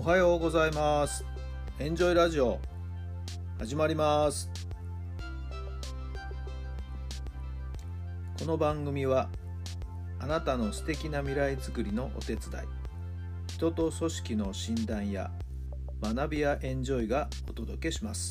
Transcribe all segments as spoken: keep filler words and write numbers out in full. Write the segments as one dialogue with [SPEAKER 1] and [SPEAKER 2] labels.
[SPEAKER 1] おはようございます。エンジョイラジオ始まります。この番組はあなたの素敵な未来づくりのお手伝い、人と組織の診断や学びやエンジョイがお届けします。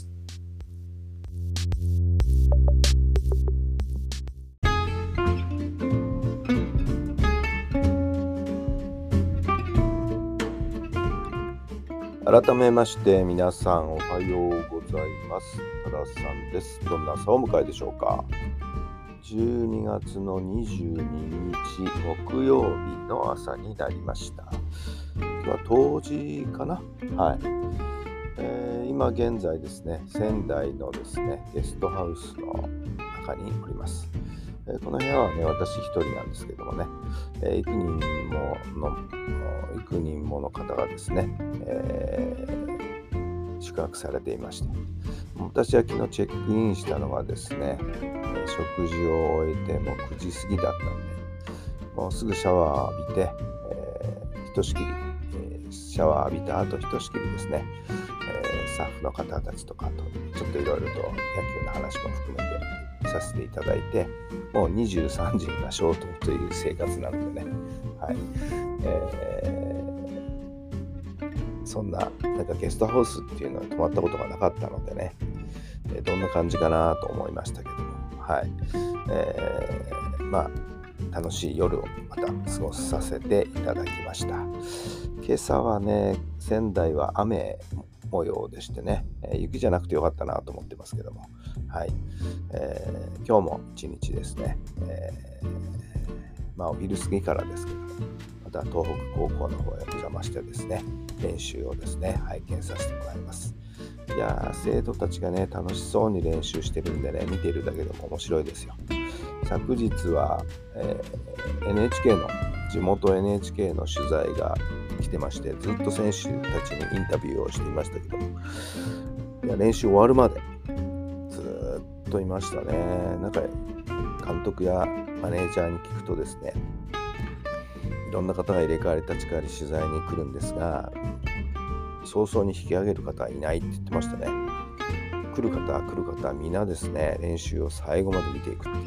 [SPEAKER 2] 改めまして皆さんおはようございます。多田さんです。どんな朝をお迎えでしょうか。じゅうにがつのにじゅうににち木曜日の朝になりました。今日は冬至かな。はい、えー、今現在ですね、仙台のですねゲストハウスの中におります。えー、この部屋はね、私一人なんですけどもね、えー、幾人もの幾人もの方がですね、えー、宿泊されていまして、私は昨日チェックインしたのがですね、えー、食事を終えてもうくじ過ぎだったんで、もうすぐシャワー浴びて、えー、ひとしきり、えー、シャワー浴びた後ひとしきりですね、えー、スタッフの方たちとかとちょっといろいろと野球の話も含めてさせていただいて、もうにじゅうさんじが消灯という生活なのでね、はい、えー、そんななんかゲストハウスっていうのは泊まったことがなかったのでね、えー、どんな感じかなと思いましたけども、はい、えー、まあ楽しい夜をまた過ごさせていただきました。今朝はね、仙台は雨模様でしてね、えー、雪じゃなくてよかったなと思ってますけども、はい、えー、今日も一日ですね、えー、まあお昼過ぎからですけど、また東北高校の方へお邪魔してですね、練習をですね拝見させてもらいます。いやー、生徒たちがね楽しそうに練習してるんでね、見ているだけでも面白いですよ。昨日は、えー、エヌエイチケー の地元 エヌエイチケー の取材が来てまして、ずっと選手たちにインタビューをしていましたけども、いや練習終わるまでずっといましたね。なんか監督やマネージャーに聞くとですね、いろんな方が入れ替わり立ち替わり取材に来るんですが、早々に引き上げる方はいないって言ってましたね。来る方来る方みんなですね、練習を最後まで見ていくっていう、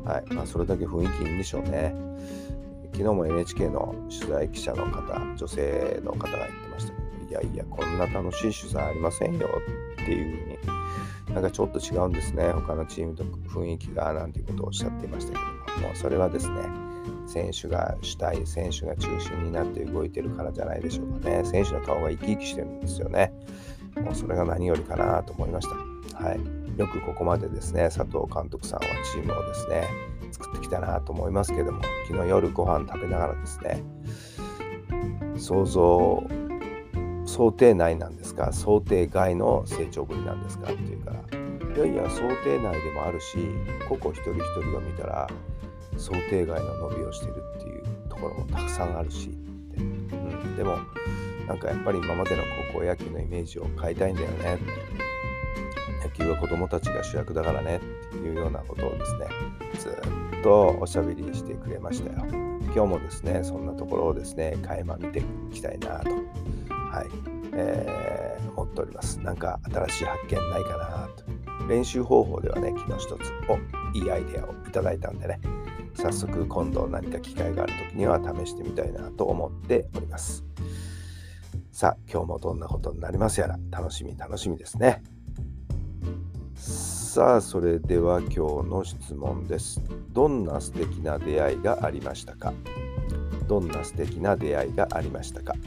[SPEAKER 2] はい、まあそれだけ雰囲気いいんでしょうね。昨日も エヌエイチケー の取材記者の方、女性の方が言ってましたけど、いやいやこんな楽しい取材ありませんよっていうふうに、なんかちょっと違うんですね、他のチームと雰囲気がなんていうことをおっしゃっていましたけども、もうそれはですね、選手が主体、選手が中心になって動いてるからじゃないでしょうかね。選手の顔が生き生きしてるんですよね。もうそれが何よりかなと思いました。はい、よくここまでですね、佐藤監督さんはチームをですね作ってきたなと思いますけども、昨日夜ご飯食べながらですね、想像想定内なんですか、想定外の成長ぶりなんですかっていうから、いやいや想定内でもあるし、個々一人一人を見たら想定外の伸びをしてるっていうところもたくさんあるし、うん、でもなんかやっぱり今までの高校野球のイメージを変えたいんだよね、野球は子どもたちが主役だからねっていうようなことをですね、ずっとおしゃべりしてくれましたよ。今日もですね、そんなところをですね垣間見ていきたいなと、はい、えー、思っております。なんか新しい発見ないかなと。練習方法ではね、昨日一つおいいアイデアをいただいたんでね、早速今度何か機会がある時には試してみたいなと思っております。さあ今日もどんなことになりますやら、楽しみ楽しみですね。さあそれでは今日の質問です。どんな素敵な出会いがありましたか。どんな素敵な出会いがありましたか。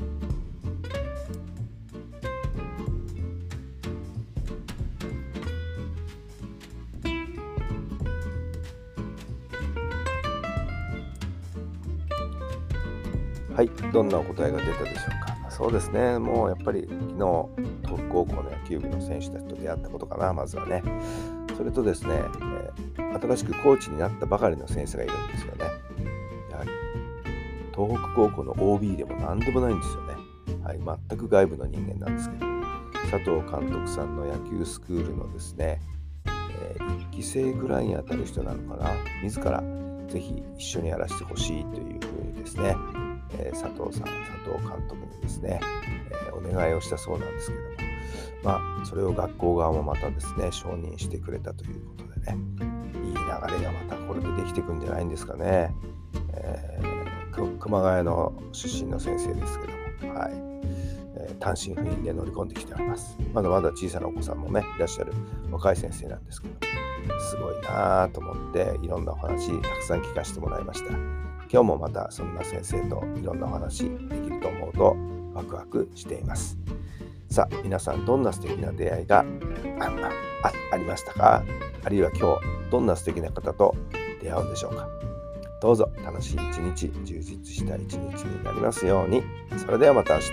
[SPEAKER 2] はい、どんなお答えが出たでしょうか。そうですね、もうやっぱり昨日東北高校の野球部の選手たちと出会ったことかな、まずはね。それとですね、えー、新しくコーチになったばかりの選手がいるんですよね。やはり東北高校の オービー でも何でもないんですよね。はい、全く外部の人間なんですけど、佐藤監督さんの野球スクールのですね、えー、いっき生ぐらいに当たる人なのかな、自らぜひ一緒にやらせてほしいというふうにですね、 えー、佐藤さん、佐藤監督にですね、えー、お願いをしたそうなんですけども、まあそれを学校側もまたですね承認してくれたということでね、いい流れがまたこれでできていくんじゃないんですかね。えー、熊谷の出身の先生ですけども、はい、えー、単身赴任で乗り込んできております。まだまだ小さなお子さんもねいらっしゃる若い先生なんですけど、すごいなと思っていろんなお話たくさん聞かせてもらいました。今日もまたそんな先生といろんなお話できると思うとワクワクしています。さあ皆さん、どんな素敵な出会いが あ, あ, ありましたか？あるいは今日どんな素敵な方と出会うんでしょうか？どうぞ楽しい一日、充実した一日になりますように。それではまた明日。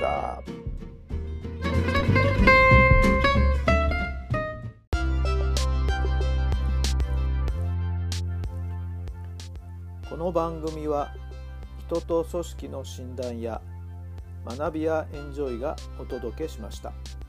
[SPEAKER 1] この番組は人と組織の診断や学びやエンジョイがお届けしました。